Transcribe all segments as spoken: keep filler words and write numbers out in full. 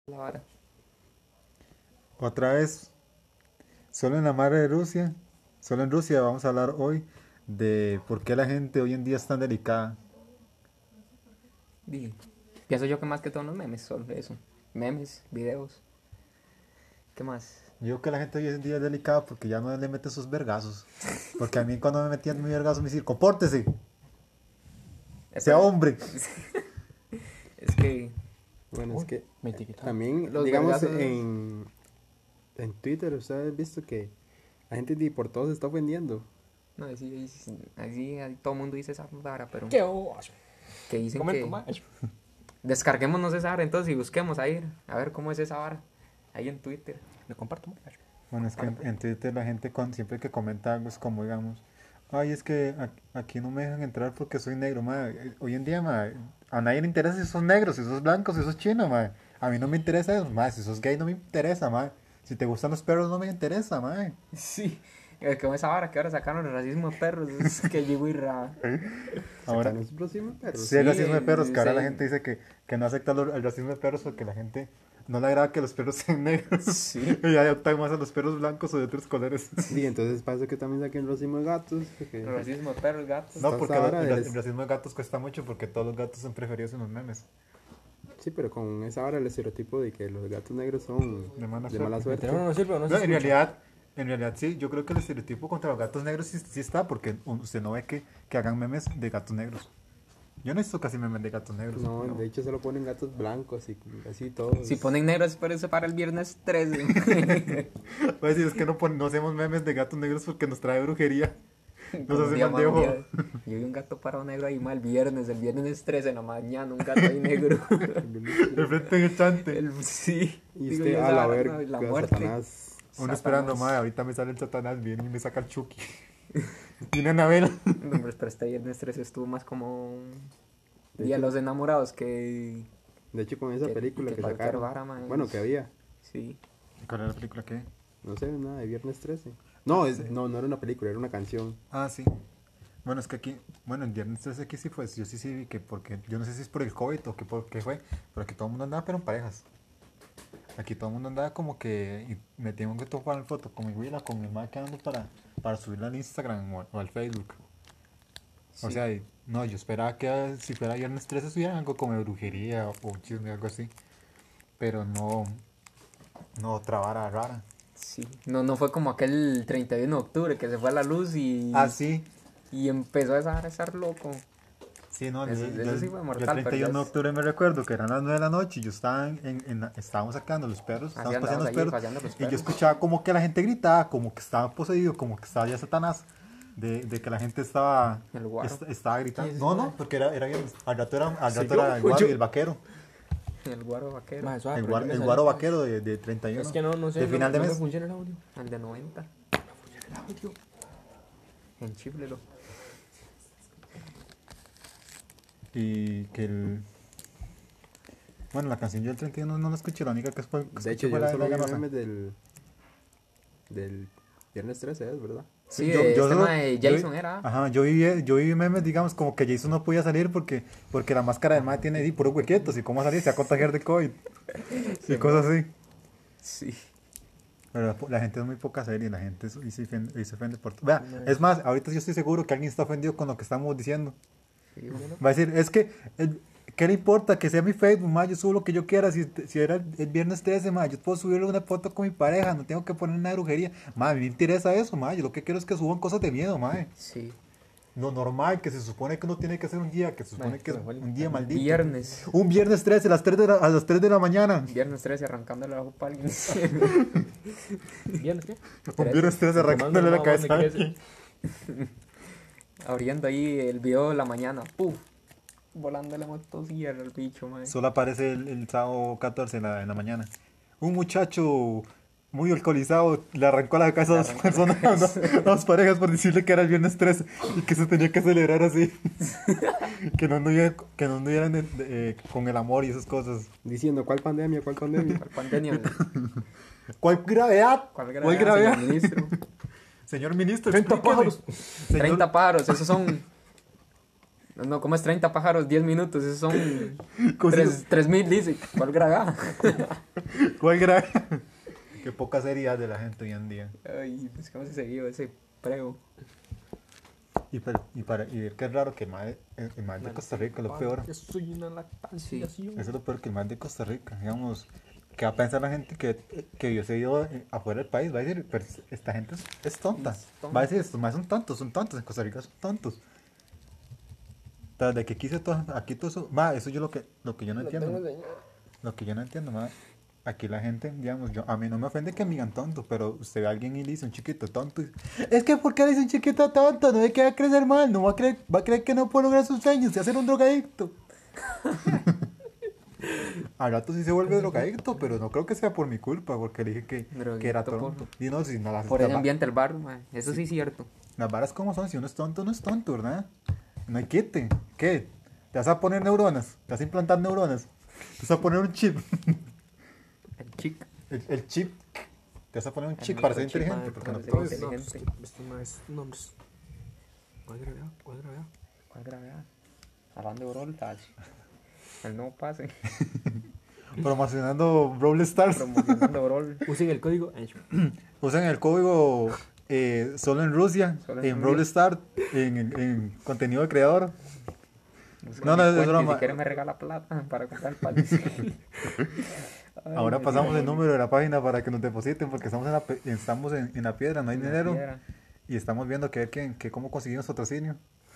La vara. Otra vez, solo en la madre de Rusia, solo en Rusia vamos a hablar hoy de por qué la gente hoy en día es tan delicada. Y pienso yo que más que todo los memes, solo eso. Memes, videos. ¿Qué más? Yo digo que la gente hoy en día es delicada porque ya no le mete sus vergazos. Porque a mí cuando me metían mi vergazo me decían, compórtese, sea Epa, hombre. es que Bueno, es Uy, que me etiquetaron. también, Los digamos, vergazos- en, en Twitter, ustedes han visto que la gente ni por todo se está ofendiendo. no, así, así, así, así todo el mundo dice esa vara, pero ¿Qué oso? que dicen Comento que más. descarguémonos esa vara entonces y busquemos ahí, a ver cómo es esa vara. Ahí en Twitter. Le comparto más. Bueno, es que en, en Twitter la gente con, siempre que comenta algo es como, digamos, ay, es que a- aquí no me dejan entrar porque soy negro, madre. Hoy en día, madre, a nadie le interesa si sos negro, si sos blanco, si sos chino, madre. A mí no me interesa eso, madre. Si sos gay no me interesa, madre. Si te gustan los perros no me interesa, madre. Sí, es como esa vara que ahora sacaron el racismo de perros, es que llegó y ra. Ahora, Sacan los próximos perros. sí, el Sí, racismo de perros, que ahora sí. la gente dice que, que no acepta lo- el racismo de perros porque la gente no le agrada que los perros sean negros. Sí. Y adoptan más a los perros blancos o de otros colores. Sí, entonces pasa que también saquen racimo de gatos. porque- El racismo de perros, gatos. No, Está porque esa el, vara el- del- el racismo de gatos cuesta mucho porque todos los gatos son preferidos en los memes. Sí, pero con esa hora el estereotipo de que los gatos negros son De mala de suerte. mala suerte. Meterlo no sirve, no No, se en escucha. realidad, en realidad sí, yo creo que el estereotipo contra los gatos negros sí, sí está porque usted no ve que, que hagan memes de gatos negros. Yo no he visto casi memes de gatos negros. No, de hecho solo ponen gatos blancos y así todos. Si ponen negros, por eso para el viernes trece. Voy a decir, es que no, pon- no hacemos memes de gatos negros porque nos trae brujería. Nos Como hace un día mal más, de un ojo. día- Yo vi un gato parado negro ahí mal el viernes, el viernes trece en la mañana, un gato ahí negro. De frente en el chante. El- sí. Y Digo usted yo, a esa la vara, verga, no, la muerte. Satanás. Uno Satanás. esperando, madre, ahorita me sale el Satanás, viene y me saca el Chucky. Viene Anabel. No, hombre, pero este viernes trece estuvo más como un Día de los Enamorados que... De hecho, con esa que- película que que, cualquier sacaron. vara, man, Bueno, es- que había. Sí. ¿Cuál era la película que? No sé, nada, de Viernes trece. No, es, no, no era una película, era una canción. Ah, sí. Bueno, es que aquí, bueno, el viernes trece aquí sí fue, yo sí sí vi que porque, yo no sé si es por el COVID o qué, por qué fue, pero aquí todo el mundo andaba pero en parejas. Aquí todo el mundo andaba como que, y me tengo que tomar foto con mi huila, con mi madre quedando para, para subirla al Instagram o, o al Facebook. O Sí. sea, y- no, yo esperaba que ah, si fuera viernes trece subiera algo como de brujería o, o chisme, algo así. Pero no, no otra vara rara. Sí. No, no fue como aquel treinta y uno de octubre que se fue a la luz y... Ah, sí. Y empezó a estar, a estar loco. Sí, no, Eso- yo- eso yo- sí fue yo mortal, el pero treinta y uno ya de es- octubre me recuerdo que eran las nueve de la noche y yo estaba en, en- en la- estábamos sacando los perros, Así estábamos paseando andabas los ahí, perros, paseando los y yo perros. escuchaba como que la gente gritaba, como que estaba poseído, como que estaba ya Satanás, de, de que la gente estaba, El guaro. est- estaba gritando. Sí, sí, No, sí. no, porque era, era viernes. Al rato era, al Soy rato yo, era el fui guaro yo. y el vaquero, El guaro vaquero. Más suave, el, pero guaro, yo me el salí, guaro pues. vaquero de, de treinta y uno, Es que no, no sé. de no- final de no me mes. funciona el audio. El de noventa. El audio. Enchíflelo. Y que el... Bueno, la canción yo del treinta y uno no la escuché, la única que fue, que De escuché hecho, fue yo la de solo la vi ganosa. memes del. Del Viernes trece, ¿es verdad? Sí, yo- de yo este solo- mae yo- Jason era. Ajá, yo vi, yo vi memes, digamos, como que Jason no podía salir porque, porque la máscara del mae tiene di, puros huequitos y cómo salir, se va a contagiar de COVID y cosas así. Sí. Pero la, la gente es muy poca seria, la gente es- y se ofende, y se ofende por todo. Vea, es más, ahorita yo estoy seguro que alguien está ofendido con lo que estamos diciendo. Sí, bueno. Va a decir, es que, el- ¿qué le importa? Que sea mi Facebook, ma, yo subo lo que yo quiera. Si, si era el, el viernes trece, ma, yo puedo subir una foto con mi pareja, no tengo que poner una brujería. Ma, a mí me interesa eso, ma, yo lo que quiero es que suban cosas de miedo, ma. Sí. Lo normal, que se supone que uno tiene que hacer un día, que se supone Mae, que es se me fue el un día maldito. Viernes. Un viernes trece, a las tres de la, a las tres de la mañana. Viernes trece arrancándole la jupa a alguien. ¿Viernes qué? Un viernes trece arrancándole la Tomando, cabeza a mamá, alguien. Abriendo ahí el video de la mañana. Puf. Volando la motosierra al bicho, mae. Solo aparece el, el sábado catorce en la, en la mañana. Un muchacho muy alcoholizado le arrancó la cabeza a dos personas, a dos, a dos parejas por decirle que era el viernes trece y que se tenía que celebrar así. que no anduvieran, que no anduvieran de- de- eh, con el amor y esas cosas. Diciendo, ¿cuál pandemia? ¿Cuál pandemia? ¿Cuál pandemia? ¿Cuál gravedad? ¿Cuál ¿Cuál gravedad? señor ministro? Señor ministro, treinta explíqueme. pájaros. Señor- treinta pájaros, esos son No, como es treinta pájaros, diez minutos, esos son Cosido. tres mil, dice. ¿Cuál gragada? ¿Cuál gran? Qué poca seriedad de la gente hoy en día. Ay, pues cómo se seguido ese prego. Y, para, y, para, y ver que es raro que el mae, el, el mae de Costa Rica, lo peor. Yo soy una lactancia. Sí. Eso es lo peor, que el mae de Costa Rica, digamos. ¿Qué va a pensar la gente que, que yo he ido eh, afuera del país? Va a decir, pero esta gente es, es tonta. Es tonta. Va a decir, estos más son tontos, son tontos. En Costa Rica son tontos. Tras de que quise todo, aquí todo eso. Ma, eso yo lo que, lo que yo no entiendo. Lo que yo no entiendo, ma. Aquí la gente, digamos, yo, a mí no me ofende que me digan tonto, pero usted ve a alguien y le dice un chiquito tonto. Y, es que ¿por qué le dice un chiquito tonto? No ve que va a crecer mal, no va a creer, va a creer que no puede lograr sus sueños y hacer un drogadicto. Al rato sí se vuelve drogadicto, pero no creo que sea por mi culpa, porque le dije que, que era Drogadicto por- tonto. Y no, si no, las, Por las ese va- ambiente el barrio, mae. Eso sí es cierto. las varas como son, si uno es tonto, no es tonto, ¿verdad? No hay quite. ¿Qué? ¿Te vas a poner neuronas? ¿Te vas a implantar neuronas? ¿Te vas a poner un chip? El chic. El, el chip. Te vas a poner un chip El para ser microchip, inteligente, madre, porque no para ser todo es... inteligente. No, pues, este ma es. No, pues. ¿Cuál gravedad? ¿Cuál gravedad? ¿Cuál gravedad? Hablando de Broltas. El nuevo pase. Promocionando Brawl Stars. Promocionando Brol. Usen el código. Ancho. Usan el código eh, solo en Rusia, Solo en en Rusia. Brawl Stars, en, en, en contenido de creador. No, no, es broma. Si quiere me regala plata para comprar el pase. Ay, Ahora me pasamos dio el número de la página para que nos depositen, porque estamos en la, pe- estamos en, en la piedra, no hay una dinero. piedra. Y estamos viendo que, que, que cómo conseguimos patrocinio.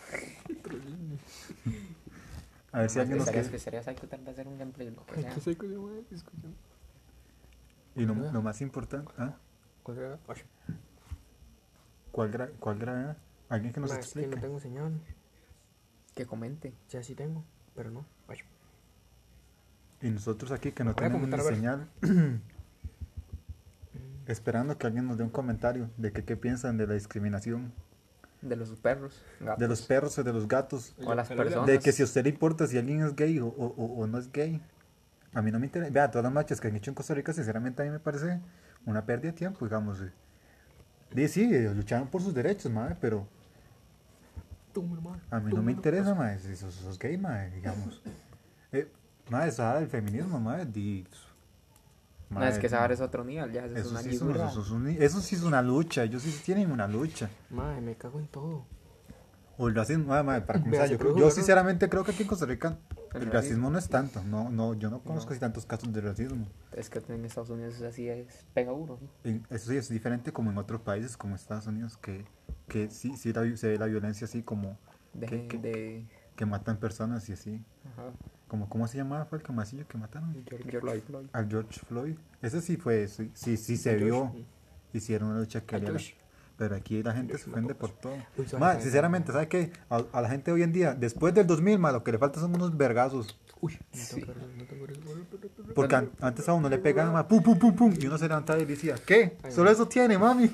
A ver si alguien nos Sería- quiere. Sería exacto tal vez hacer un gameplay, lo que Ay, sea. qué seco, yo, güey. Disculpen. Y lo, lo más importante, ¿ah? ¿Cuál gravedad? Ancho. ¿Cuál, gra, ¿Cuál gravedad? ¿Alguien que nos Ma, es que explique? no tengo señal. Que comente. Ya sí tengo, pero no. Ancho. Y nosotros aquí que no Voy a tenemos ni comentar, a ver. señal, esperando que alguien nos dé un comentario de que qué piensan de la discriminación De los perros, gatos. de los perros y de los gatos, O a las Pero ya- personas. de que si a usted le importa si alguien es gay o, o, o- o no es gay. A mí no me interesa. Vea, todas las marchas que han hecho en Costa Rica, sinceramente a mí me parece una pérdida de tiempo, digamos. eh. Di, sí, ellos lucharon por sus derechos, madre, pero Tú, mi hermano. a mí Tú, no me mi interesa, madre, si sos, sos gay, madre, digamos. Eh, madre, esa vara del feminismo, madre, di... No, es que saber es otro nivel, ya. Eso es Eso, una sí es, libra. eso, es un- eso sí es una lucha, ellos sí tienen una lucha. Madre, me cago en todo. O el racismo, madre, madre, para comenzar, Vea, yo, se creo- produjo yo una- sinceramente creo que aquí en Costa Rica el, El racismo racismo. no es tanto, no, no, yo no conozco No. así tantos casos de racismo. Es que en Estados Unidos es así, es pega duro. ¿no? En- eso sí es diferente como en otros países como Estados Unidos, que, que sí, sí la vi- se ve la violencia así como De, ¿Qué- qué? de que matan personas y así. ajá, Como, ¿cómo se llamaba? Fue el camacillo que mataron. George Floyd. A George Floyd. Ese sí fue, sí, sí, sí se vio. Hicieron una lucha que A era- George. Pero aquí la gente George se ofende mató, por pues. todo. Uy, suave, Ma, suave, sinceramente, ¿sabes qué? A, a la gente hoy en día, después del dos mil, ma, lo que le falta son unos vergazos. Uy, no Sí. tengo que no tengo que Porque an- antes a uno le pegaban, ma, pum, pum, pum, pum, y uno se levantaba y decía, ¿qué? Ay, Solo ma. eso tiene, mami.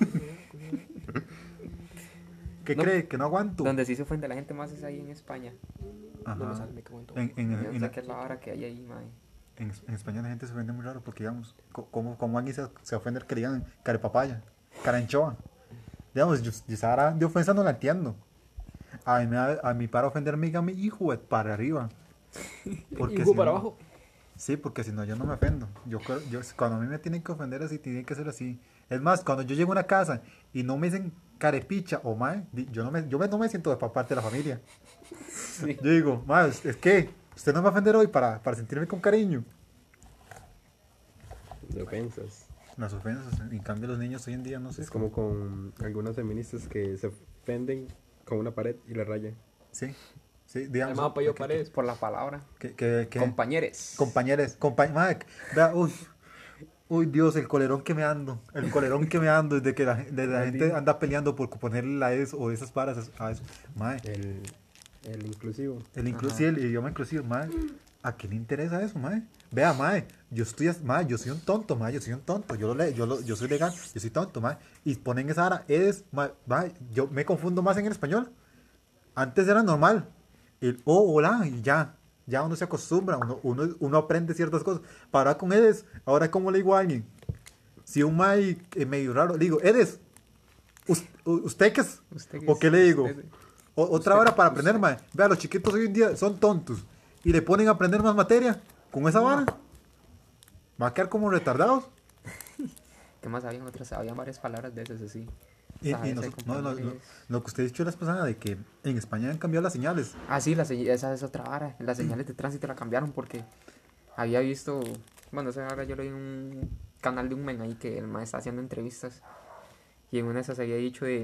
¿Qué No. cree? ¿Que no aguanto? Donde sí se ofende la gente más es ahí en España. Ajá. No me sale, me cago en todo. En, en, en, No en, sé qué es la vara que hay ahí, mae. en- en España la gente se ofende muy raro porque, digamos, co- como, como alguien se, se ofende que le digan carepapaya, caranchoa. Digamos, yo, yo esa vara de ofensa no la entiendo. A mí, me da- a mí para ofenderme, dígame, hijo, para arriba. Porque Hijo si para no- abajo. Sí, porque si no, yo no me ofendo. Yo, creo- yo, cuando a mí me tienen que ofender así, tiene que ser así. Es más, cuando yo llego a una casa y no me dicen carepicha o mae, di- yo no me, yo me- no me siento de pa- parte de la familia. Sí. Yo digo, mae, es es que usted no me va a ofender hoy para, para sentirme con cariño. De ofensas. Las ofensas, en cambio los niños hoy en día no sé. Es como con algunas feministas que se ofenden con una pared y la rayan. Sí, sí, digamos. Además, pa' yo que- paredes. Por la palabra. Que, que, que- Compañeros. compañeros, compa mae, vea, uy, uy, Dios, el colerón que me ando, el colerón que me ando desde que la, desde la gente anda peleando por ponerle la es o esas paras a eso. Mae, El, el inclusivo. el, inclusive, el idioma inclusivo, mae, ¿a quién le interesa eso, mae? Vea, mae, yo estoy, as- mae, yo soy un tonto, mae, yo soy un tonto, yo lo leo, yo, lo, yo soy legal, yo soy tonto, mae, y ponen esa vara, eres, mae, mae, yo me confundo más en el español. Antes era normal, el oh, hola, y ya, ya uno se acostumbra, uno, uno, uno aprende ciertas cosas. Para con eres, ahora como le digo a alguien, si un mae eh, medio raro, le digo, eres, us- u- ¿usted qué es? ¿Usted ¿O qué le digo? usted- O- otra vara para aprender, mae. Vea, los chiquitos hoy en día son tontos. Y le ponen a aprender más materia. Con esa vara. Va a quedar como retardados. ¿Qué más habían otras? Habían varias palabras de esas así. Y, Ah, y ese nos- no, no, compañero no, es- lo que usted dicho la vez pasada de que en España han cambiado las señales. Ah, sí, la se- esa es otra vara. Las señales de tránsito la cambiaron porque había visto. Bueno, esa hora yo leí en un canal de un men ahí que el maestro está haciendo entrevistas. Y en una de esas había dicho de.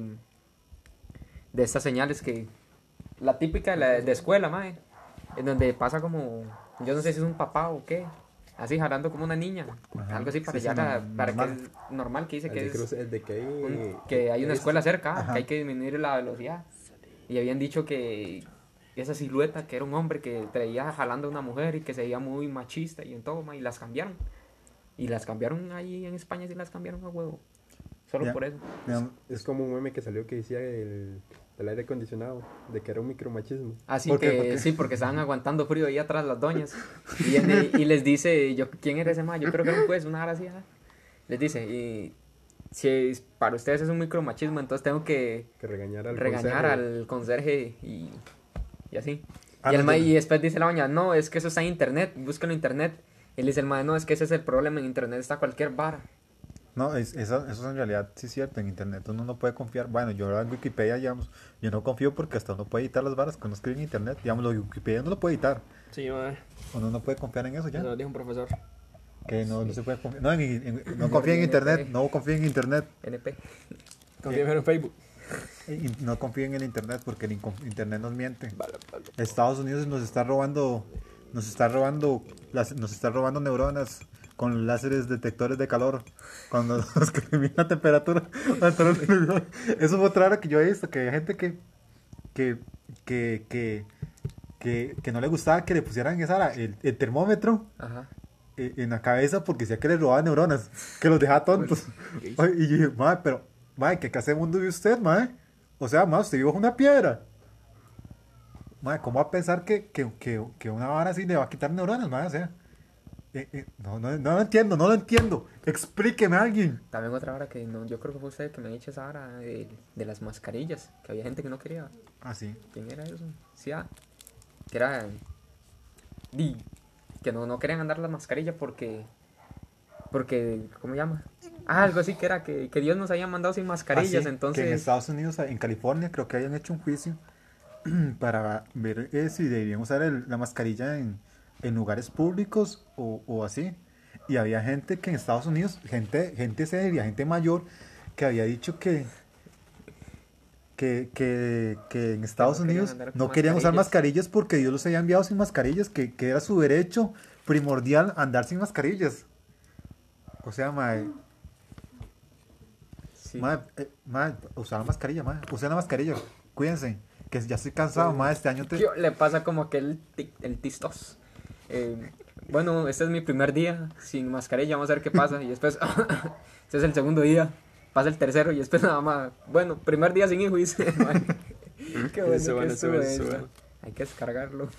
De estas señales que. La típica de, la, de escuela, mae. En donde pasa como. Yo no sé si es un papá o qué. Así jalando como una niña. Ajá, Algo así para sí, ya sí, la- no- para normal. que es normal que dice El que de es. cruce- el de que hay... un- que hay una es- escuela cerca, Ajá. que hay que disminuir la velocidad. Y habían dicho que esa silueta, que era un hombre que traía jalando a una mujer y que se veía muy machista y en todo, ma, y las cambiaron. Y las cambiaron ahí en España, sí las cambiaron a huevo. Solo Ya. por eso. Digamos, Es como un meme que salió que decía el, el aire acondicionado, de que era un micromachismo. Así ¿Por qué? que ¿Por qué? sí, porque estaban aguantando frío ahí atrás las doñas. Y, viene y les dice, yo, ¿quién era ese ma? Yo creo que era un juez, una hora así. ajá. Les dice, y si es- para ustedes es un micromachismo, entonces tengo que Que regañar al regañar conserje. al conserje y, y así. Ah, y, el no, ma- yo- y después dice la doña, no, es que eso está en internet, búscalo en internet. Y le dice el ma, no, es que ese es el problema, en internet está cualquier vara. no, es, eso, eso en realidad sí es cierto. En internet uno no puede confiar. Bueno, yo en Wikipedia, digamos, yo no confío porque hasta uno puede editar las varas que uno escribe en internet. Digamos, lo de Wikipedia no lo puede editar. Sí, madre. Uno no puede confiar en eso ya. Eso lo dijo un profesor. Que no, no se puede confiar. No, en- en- no confía en internet. No confía en internet. N P. Confío en Facebook. Y no confío en el internet porque el inco- internet nos miente. Vale, vale. Estados Unidos nos está robando, nos está robando, las, nos está robando neuronas con láseres detectores de calor cuando nos miden la temperatura. Eso fue otra hora que yo he visto, que hay gente que, que, que, que, que, que no le gustaba que le pusieran esa, hora, el, el termómetro Ajá. eh, en la cabeza porque decía que le robaban neuronas, que los dejaba tontos. Ay, y yo dije, madre, pero, madre, ¿qué clase de mundo vive usted, madre? O sea, madre, usted vive bajo una piedra. Madre, ¿cómo va a pensar que, que, que, que una vara así le va a quitar neuronas, madre? O sea, eh, eh, no, no, no lo entiendo, no lo entiendo. Explíqueme a alguien. También otra hora que no, yo creo que fue usted que me ha dicho esa hora de, de las mascarillas, que había gente que no quería. Ah, sí. ¿Quién era eso? Sí, ah, que era... di, que no, no querían andar las mascarillas porque... Porque, ¿cómo se llama? Ah, algo así que era que, que Dios nos había mandado sin mascarillas, Ah, sí, entonces... Que en Estados Unidos, en California, creo que hayan hecho un juicio para ver eh, si deberían usar el- la mascarilla en, en lugares públicos o, o así. Y había gente que en Estados Unidos, gente, gente seria, gente mayor, que había dicho que que, que, que en Estados no querían Unidos andar con no querían usar mascarillas. mascarillas porque Dios los había enviado sin mascarillas, que, que era su derecho primordial andar sin mascarillas. O sea, mae, sí. Mae, eh, mae, usar la mascarilla, mae. Usen la mascarilla. Cuídense. Que ya estoy cansado, mae. Este año te... ¿Qué le pasa como aquel tic- el tistos? Eh, bueno, este es mi primer día sin mascarilla, vamos a ver qué pasa. Y después, este es el segundo día, pasa el tercero y después nada más. Bueno, primer día sin hijo, dice. Mae. Qué bueno Eso, que bueno, estuvo eso, eso. eso. Hay que descargarlo.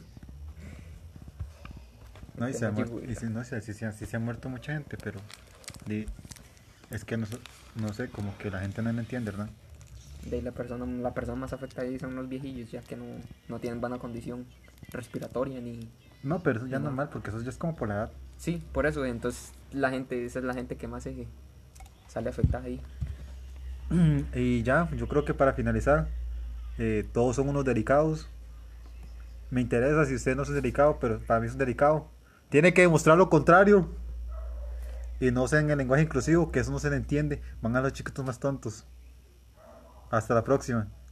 No, y se ha Tengo muerto, que y sí, no, sí, sí, sí, sí se ha muerto mucha gente, pero di- es que no, so- no sé, como que la gente no lo entiende, ¿verdad? De ahí la persona, la persona más afectada ahí son los viejillos, ya que no, no tienen buena condición respiratoria ni... No, pero eso ya es No. normal, porque eso ya es como por la edad. Sí, por eso, entonces la gente, esa es la gente que más se sale afectada ahí. Y ya, yo creo que para finalizar, eh, todos son unos delicados. Me interesa si usted no es un delicado, pero para mí es un delicado. Tiene que demostrar lo contrario. Y no sea en el lenguaje inclusivo, que eso no se le entiende. Van a los chiquitos más tontos. Hasta la próxima.